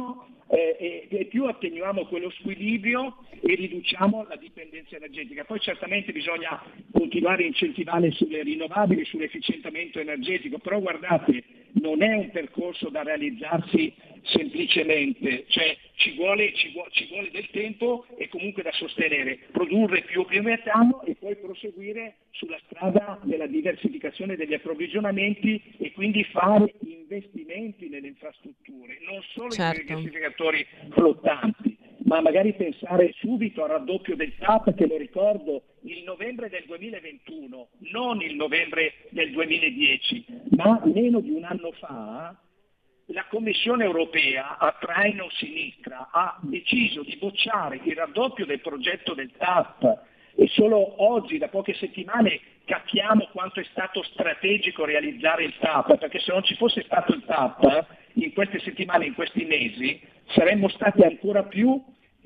e più attenuiamo quello squilibrio e riduciamo la dipendenza energetica. Poi certamente bisogna continuare a incentivare sulle rinnovabili, sull'efficientamento energetico, però guardate, non è un percorso da realizzarsi semplicemente, cioè ci vuole del tempo e comunque da sostenere, produrre più metano e poi proseguire sulla strada della diversificazione degli approvvigionamenti e quindi fare investimenti nelle infrastrutture, non solo certo. in rigassificatori flottanti, ma magari pensare subito al raddoppio del TAP, che lo ricordo, il novembre del 2021, non il novembre del 2010, ma meno di un anno fa. La Commissione europea, a traino sinistra, ha deciso di bocciare il raddoppio del progetto del TAP, e solo oggi, da poche settimane, capiamo quanto è stato strategico realizzare il TAP, perché se non ci fosse stato il TAP in queste settimane, in questi mesi, saremmo stati ancora più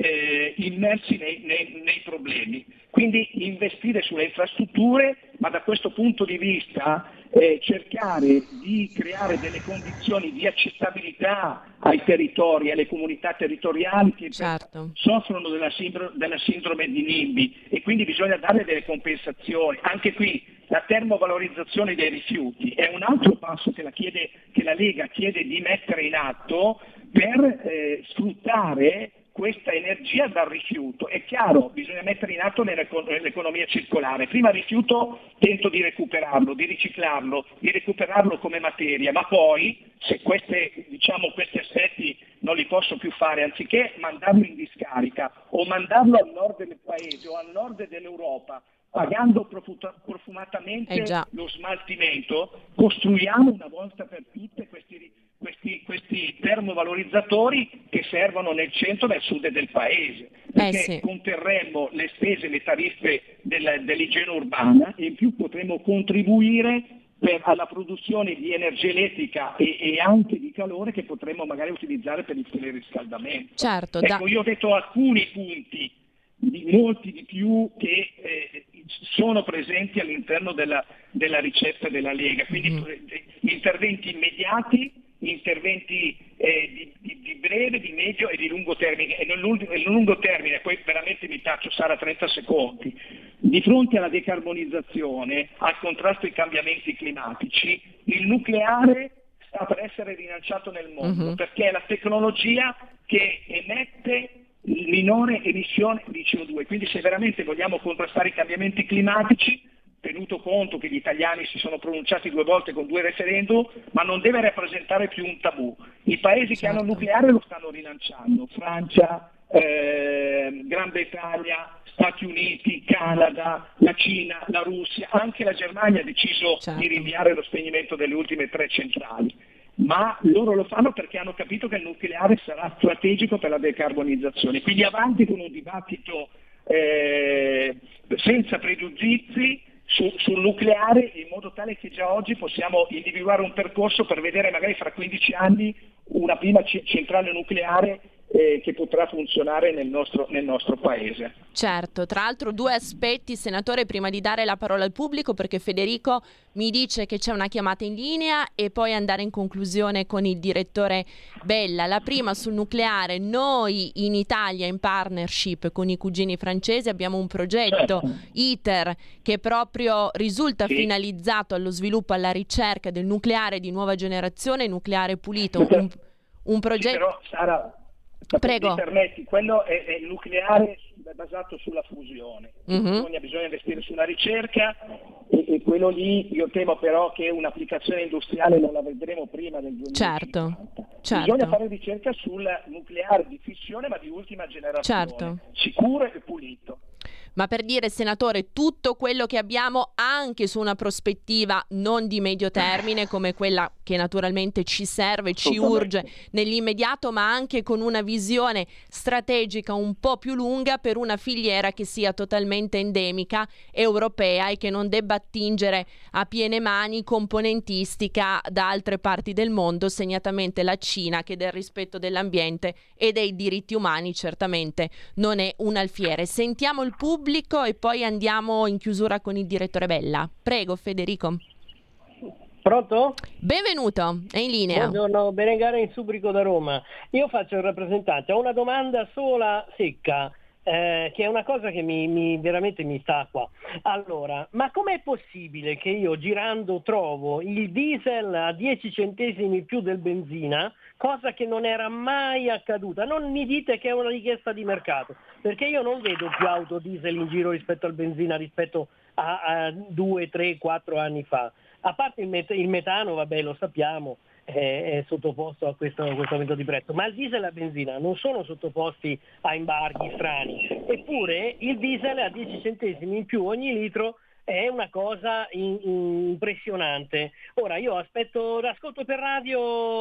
immersi nei problemi. Quindi investire sulle infrastrutture, ma da questo punto di vista cercare di creare delle condizioni di accettabilità ai territori, alle comunità territoriali che soffrono della sindrome di NIMBY, e quindi bisogna dare delle compensazioni. Anche qui la termovalorizzazione dei rifiuti è un altro passo che la Lega chiede di mettere in atto per sfruttare questa energia dal rifiuto. È chiaro, bisogna mettere in atto l'economia circolare. Prima il rifiuto tento di recuperarlo, di riciclarlo, di recuperarlo come materia, ma poi se questi aspetti non li posso più fare, anziché mandarlo in discarica o mandarlo al nord del paese o al nord dell'Europa, pagando profumatamente lo smaltimento, costruiamo una volta per tutte questi termovalorizzatori che servono nel centro e nel sud del paese, perché conterremmo le spese, le tariffe dell'igiene urbana, e in più potremo contribuire alla produzione di energia elettrica e anche di calore che potremmo magari utilizzare per il teleriscaldamento. Io ho detto alcuni punti, molti di più che sono presenti all'interno della ricetta della Lega, quindi interventi immediati, interventi di breve, di medio e di lungo termine. E nel lungo termine, poi veramente mi taccio, Sara, 30 secondi, di fronte alla decarbonizzazione, al contrasto ai cambiamenti climatici, il nucleare sta per essere rilanciato nel mondo, perché è la tecnologia che emette minore emissione di CO2, quindi se veramente vogliamo contrastare i cambiamenti climatici, tenuto conto che gli italiani si sono pronunciati 2 volte con 2 referendum, ma non deve rappresentare più un tabù. I paesi che hanno il nucleare lo stanno rilanciando: Francia, Gran Bretagna, Stati Uniti, Canada, la Cina, la Russia, anche la Germania ha deciso di rinviare lo spegnimento delle ultime 3 centrali. Ma loro lo fanno perché hanno capito che il nucleare sarà strategico per la decarbonizzazione. Quindi avanti con un dibattito senza pregiudizi sul nucleare, in modo tale che già oggi possiamo individuare un percorso per vedere magari fra 15 anni una prima centrale nucleare che potrà funzionare nel nostro paese. Certo, tra l'altro 2 aspetti, senatore, prima di dare la parola al pubblico, perché Federico mi dice che c'è una chiamata in linea, e poi andare in conclusione con il direttore Bella. La prima sul nucleare: noi in Italia, in partnership con i cugini francesi, abbiamo un progetto ITER che proprio risulta finalizzato allo sviluppo e alla ricerca del nucleare di nuova generazione, nucleare pulito, un progetto. Però, Sara, prego. Mi permetti, quello è il nucleare basato sulla fusione. Bisogna investire sulla ricerca, e quello lì io temo però che un'applicazione industriale non la vedremo prima del 2050. Bisogna fare ricerca sul nucleare di fissione, ma di ultima generazione, sicuro e pulito. Ma per dire, senatore, tutto quello che abbiamo anche su una prospettiva non di medio termine, come quella che naturalmente ci serve, ci urge nell'immediato, ma anche con una visione strategica un po' più lunga per una filiera che sia totalmente endemica, europea, e che non debba attingere a piene mani componentistica da altre parti del mondo, segnatamente la Cina, che del rispetto dell'ambiente e dei diritti umani certamente non è un alfiere. Sentiamo il pubblico e poi andiamo in chiusura con il direttore Bella. Prego, Federico. Pronto? Benvenuto, è in linea. Buongiorno, Berengara in Subrico da Roma. Io faccio il rappresentante, ho una domanda sola secca, che è una cosa che veramente mi sta qua. Allora, ma com'è possibile che io girando trovo il diesel a 10 centesimi più del benzina, cosa che non era mai accaduta? Non mi dite che è una richiesta di mercato, perché io non vedo più auto diesel in giro rispetto al benzina, rispetto a 2, 3, 4 anni fa. A parte il metano, vabbè, lo sappiamo, è sottoposto a questo aumento di prezzo, ma il diesel e la benzina non sono sottoposti a embarghi strani, eppure il diesel a 10 centesimi in più ogni litro è una cosa impressionante. Ora io ascolto per radio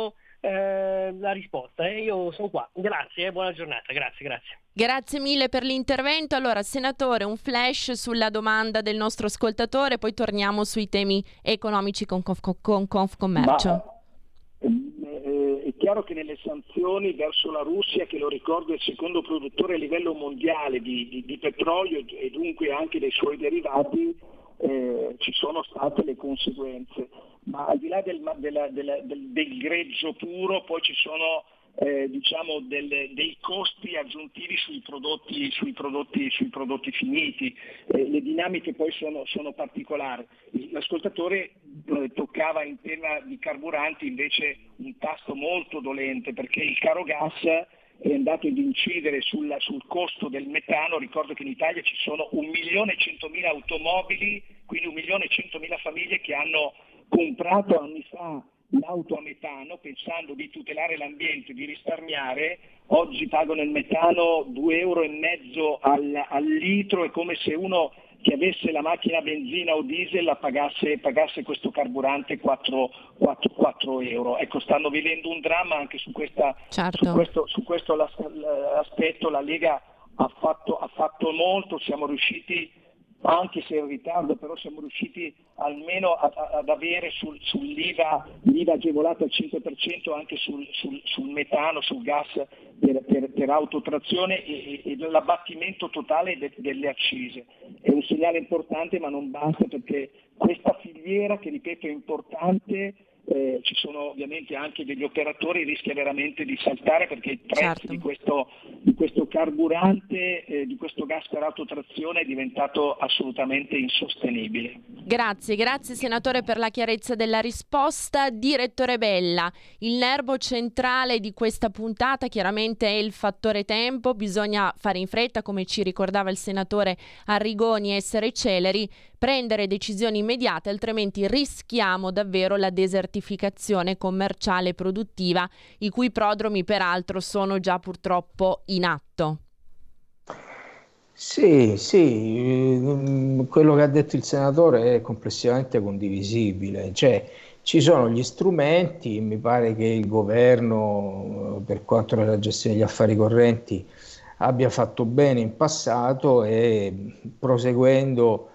la risposta. Io sono qua. Grazie, buona giornata. Grazie. Grazie mille per l'intervento. Allora, senatore, un flash sulla domanda del nostro ascoltatore, poi torniamo sui temi economici con Confcommercio. È chiaro che nelle sanzioni verso la Russia, che lo ricordo è il secondo produttore a livello mondiale di petrolio e dunque anche dei suoi derivati, ci sono state le conseguenze, ma al di là del greggio puro poi ci sono dei costi aggiuntivi sui prodotti finiti. Le dinamiche poi sono particolari. L'ascoltatore toccava in tema di carburanti invece un tasto molto dolente, perché il caro gas è andato ad incidere sul costo del metano. Ricordo che in Italia ci sono 1.100.000 automobili, quindi 1.100.000 famiglie che hanno comprato anni fa l'auto a metano pensando di tutelare l'ambiente, di risparmiare. Oggi pagano il metano 2,5 euro al litro, è come se uno che avesse la macchina a benzina o diesel pagasse questo carburante 4 euro. Ecco, stanno vivendo un dramma anche su questo aspetto. La Lega ha fatto molto, siamo riusciti, anche se in ritardo, però siamo riusciti almeno ad avere l'IVA agevolata al 5% anche sul metano, sul gas per autotrazione e l'abbattimento totale delle accise. È un segnale importante, ma non basta, perché questa filiera, che ripeto è importante, ci sono ovviamente anche degli operatori, rischia veramente di saltare, perché il prezzo di questo carburante, di questo gas per autotrazione è diventato assolutamente insostenibile. Grazie senatore per la chiarezza della risposta. Direttore Bella, il nervo centrale di questa puntata chiaramente è il fattore tempo, bisogna fare in fretta, come ci ricordava il senatore Arrigoni, essere celeri, prendere decisioni immediate, altrimenti rischiamo davvero la desertificazione commerciale e produttiva, i cui prodromi peraltro sono già purtroppo in atto. Sì, quello che ha detto il senatore è complessivamente condivisibile, cioè ci sono gli strumenti. Mi pare che il governo, per quanto riguarda la gestione degli affari correnti, abbia fatto bene in passato, e proseguendo,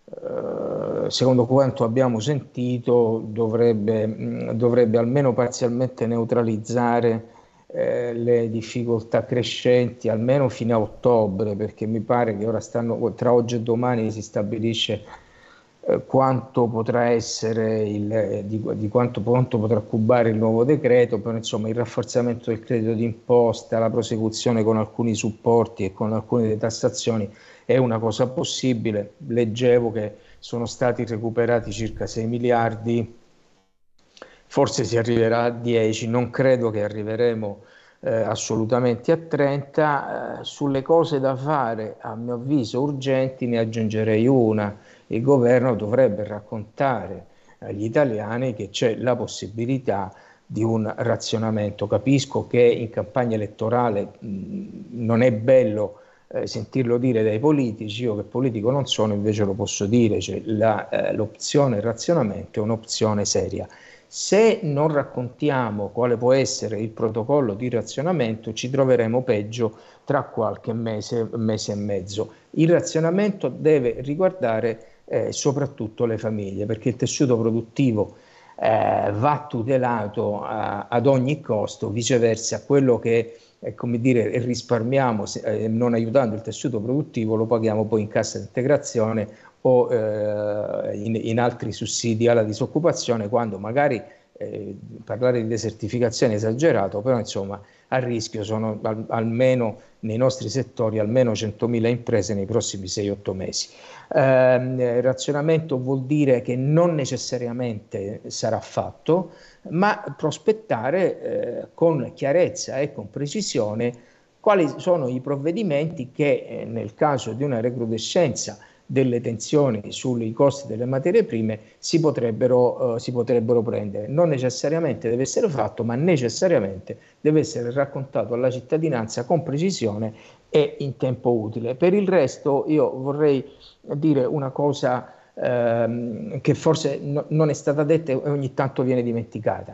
secondo quanto abbiamo sentito, dovrebbe almeno parzialmente neutralizzare le difficoltà crescenti, almeno fino a ottobre, perché mi pare che ora tra oggi e domani si stabilisce quanto potrà essere di quanto potrà cubare il nuovo decreto, però insomma il rafforzamento del credito d'imposta, la prosecuzione con alcuni supporti e con alcune detassazioni è una cosa possibile. Leggevo che sono stati recuperati circa 6 miliardi, forse si arriverà a 10, non credo che arriveremo assolutamente a 30. Sulle cose da fare, a mio avviso urgenti, ne aggiungerei una: il governo dovrebbe raccontare agli italiani che c'è la possibilità di un razionamento. Capisco che in campagna elettorale non è bello sentirlo dire dai politici, io che politico non sono, invece lo posso dire, cioè l'opzione razionamento è un'opzione seria. Se non raccontiamo quale può essere il protocollo di razionamento, ci troveremo peggio tra qualche mese e mezzo. Il razionamento deve riguardare soprattutto le famiglie, perché il tessuto produttivo va tutelato ad ogni costo. Viceversa, quello che come dire, risparmiamo non aiutando il tessuto produttivo lo paghiamo poi in cassa integrazione o in altri sussidi alla disoccupazione, quando magari parlare di desertificazione è esagerato, però insomma a rischio sono almeno nei nostri settori almeno 100.000 imprese nei prossimi 6-8 mesi. Razionamento vuol dire che non necessariamente sarà fatto, ma prospettare con chiarezza e con precisione quali sono i provvedimenti che nel caso di una recrudescenza delle tensioni sui costi delle materie prime si potrebbero prendere. Non necessariamente deve essere fatto, ma necessariamente deve essere raccontato alla cittadinanza con precisione e in tempo utile. Per il resto io vorrei dire una cosa che forse non è stata detta e ogni tanto viene dimenticata.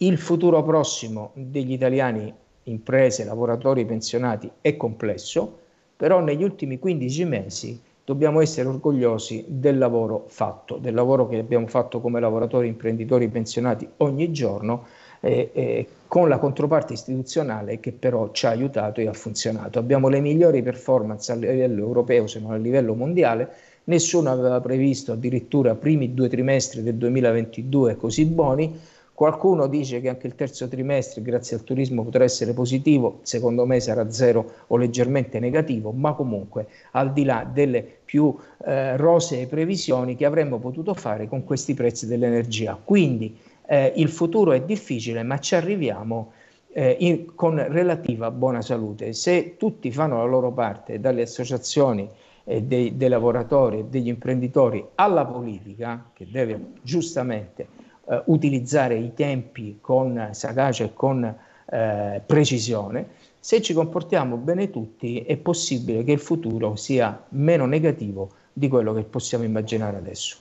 Il futuro prossimo degli italiani, imprese, lavoratori, pensionati, è complesso, però negli ultimi 15 mesi dobbiamo essere orgogliosi del lavoro fatto, del lavoro che abbiamo fatto come lavoratori, imprenditori, pensionati ogni giorno, con la controparte istituzionale che però ci ha aiutato e ha funzionato. Abbiamo le migliori performance a livello europeo, se non a livello mondiale. Nessuno aveva previsto addirittura primi 2 trimestri del 2022 così buoni. Qualcuno dice che anche il terzo trimestre, grazie al turismo, potrà essere positivo. Secondo me sarà zero o leggermente negativo, ma comunque al di là delle più rosee previsioni che avremmo potuto fare con questi prezzi dell'energia. Quindi il futuro è difficile, ma ci arriviamo con relativa buona salute. Se tutti fanno la loro parte, dalle associazioni dei lavoratori e degli imprenditori alla politica, che deve giustamente utilizzare i tempi con sagacia e con precisione, se ci comportiamo bene tutti è possibile che il futuro sia meno negativo di quello che possiamo immaginare adesso.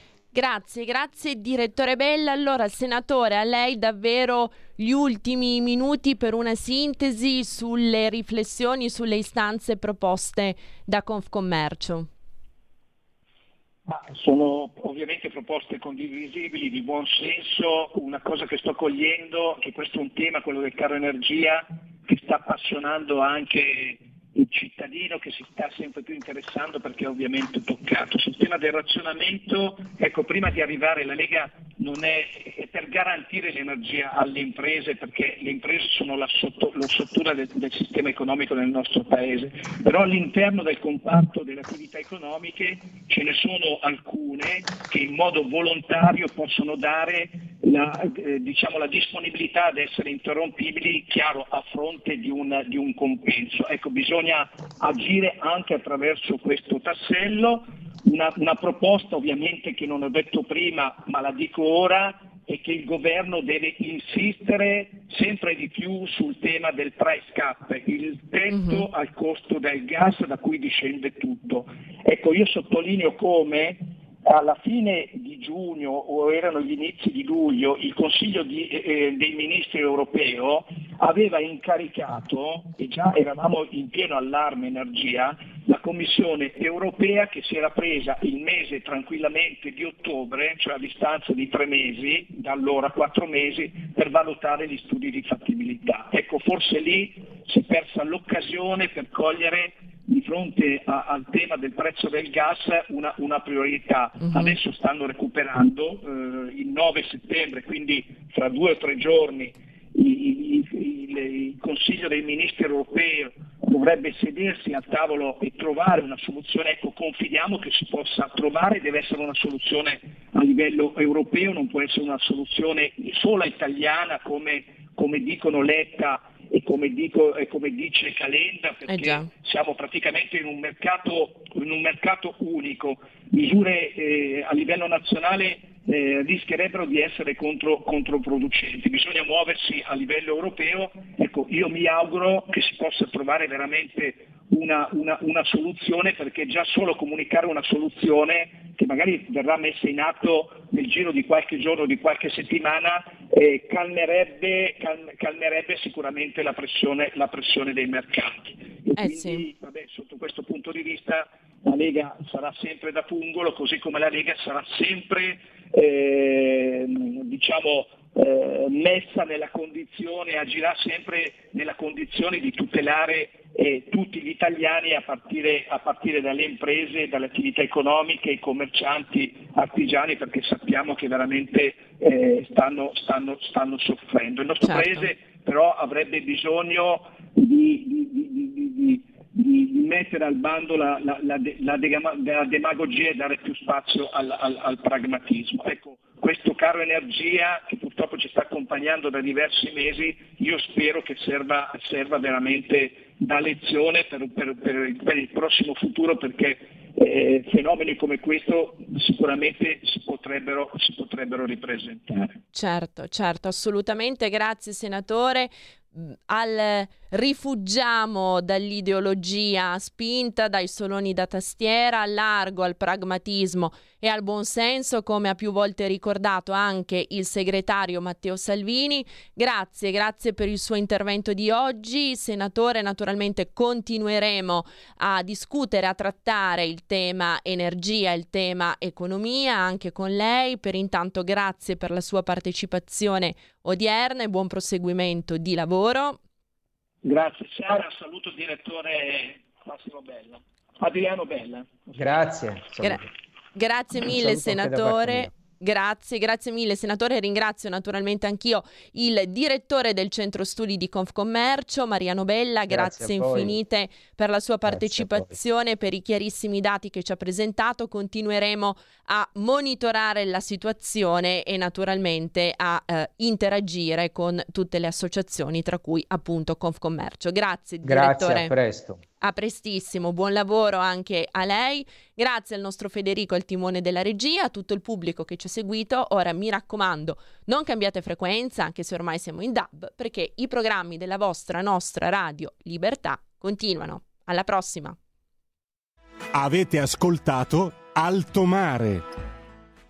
Grazie direttore Bella. Allora, senatore, a lei davvero gli ultimi minuti per una sintesi sulle riflessioni, sulle istanze proposte da Confcommercio. Ma sono ovviamente proposte condivisibili, di buon senso. Una cosa che sto cogliendo, che questo è un tema, quello del caro energia, che sta appassionando anche il cittadino, che si sta sempre più interessando perché è ovviamente toccato. Sul tema del razionamento, ecco, prima di arrivare la Lega non è per garantire l'energia alle imprese, perché le imprese sono l'ossatura del sistema economico del nostro paese, però all'interno del comparto delle attività economiche ce ne sono alcune che in modo volontario possono dare la disponibilità ad essere interrompibili, chiaro, a fronte di un compenso. Ecco, bisogna agire anche attraverso questo tassello. Una proposta ovviamente che non ho detto prima, ma la dico ora, è che il governo deve insistere sempre di più sul tema del price cap, il tetto al costo del gas da cui discende tutto. Ecco, io sottolineo come alla fine di giugno o erano gli inizi di luglio il Consiglio dei Ministri europeo aveva incaricato, e già eravamo in pieno allarme energia, la Commissione europea, che si era presa il mese tranquillamente di ottobre, cioè a distanza di 3 mesi, da allora 4 mesi, per valutare gli studi di fattibilità. Ecco, forse lì si è persa l'occasione per cogliere di fronte al tema del prezzo del gas una priorità. Adesso stanno recuperando, il 9 settembre, quindi fra 2 o 3 giorni, il Consiglio dei Ministri europeo dovrebbe sedersi al tavolo e trovare una soluzione. Ecco, confidiamo che si possa trovare, deve essere una soluzione a livello europeo, non può essere una soluzione sola italiana come dicono Letta e come dice Calenda, perché siamo praticamente in un mercato unico. Misure a livello nazionale rischierebbero di essere controproducenti. Bisogna muoversi a livello europeo. Ecco, io mi auguro che si possa trovare veramente una soluzione, perché già solo comunicare una soluzione che magari verrà messa in atto nel giro di qualche giorno, di qualche settimana, calmerebbe sicuramente la pressione dei mercati. E quindi, sotto questo punto di vista la Lega sarà sempre da pungolo, così come la Lega sarà sempre messa nella condizione, agirà sempre nella condizione di tutelare tutti gli italiani, a partire dalle imprese, dalle attività economiche, i commercianti, artigiani, perché sappiamo che veramente stanno soffrendo. Il nostro Paese però avrebbe bisogno di mettere al bando la demagogia e dare più spazio al pragmatismo. Ecco, questo caro energia che purtroppo ci sta accompagnando da diversi mesi, io spero che serva veramente da lezione per il prossimo futuro, perché fenomeni come questo sicuramente si potrebbero ripresentare. Certo, assolutamente. Grazie senatore. Al rifuggiamo dall'ideologia spinta dai soloni da tastiera, largo al pragmatismo e al buonsenso, come ha più volte ricordato anche il segretario Matteo Salvini. Grazie per il suo intervento di oggi. Senatore, naturalmente continueremo a discutere, a trattare il tema energia, il tema economia anche con lei. Per intanto grazie per la sua partecipazione odierna e buon proseguimento di lavoro. Grazie Sara, saluto il direttore Adriano Bella. Grazie. Grazie mille senatore. Grazie mille senatore, ringrazio naturalmente anch'io il direttore del centro studi di Confcommercio, Mariano Bella, grazie infinite per la sua partecipazione, per i chiarissimi dati che ci ha presentato. Continueremo a monitorare la situazione e naturalmente a interagire con tutte le associazioni, tra cui appunto Confcommercio. Grazie direttore. Grazie, a presto. A prestissimo, buon lavoro anche a lei. Grazie al nostro Federico al timone della regia, a tutto il pubblico che ci ha seguito. Ora mi raccomando, non cambiate frequenza, anche se ormai siamo in DAB, perché i programmi della nostra Radio Libertà continuano. Alla prossima. Avete ascoltato Alto Mare.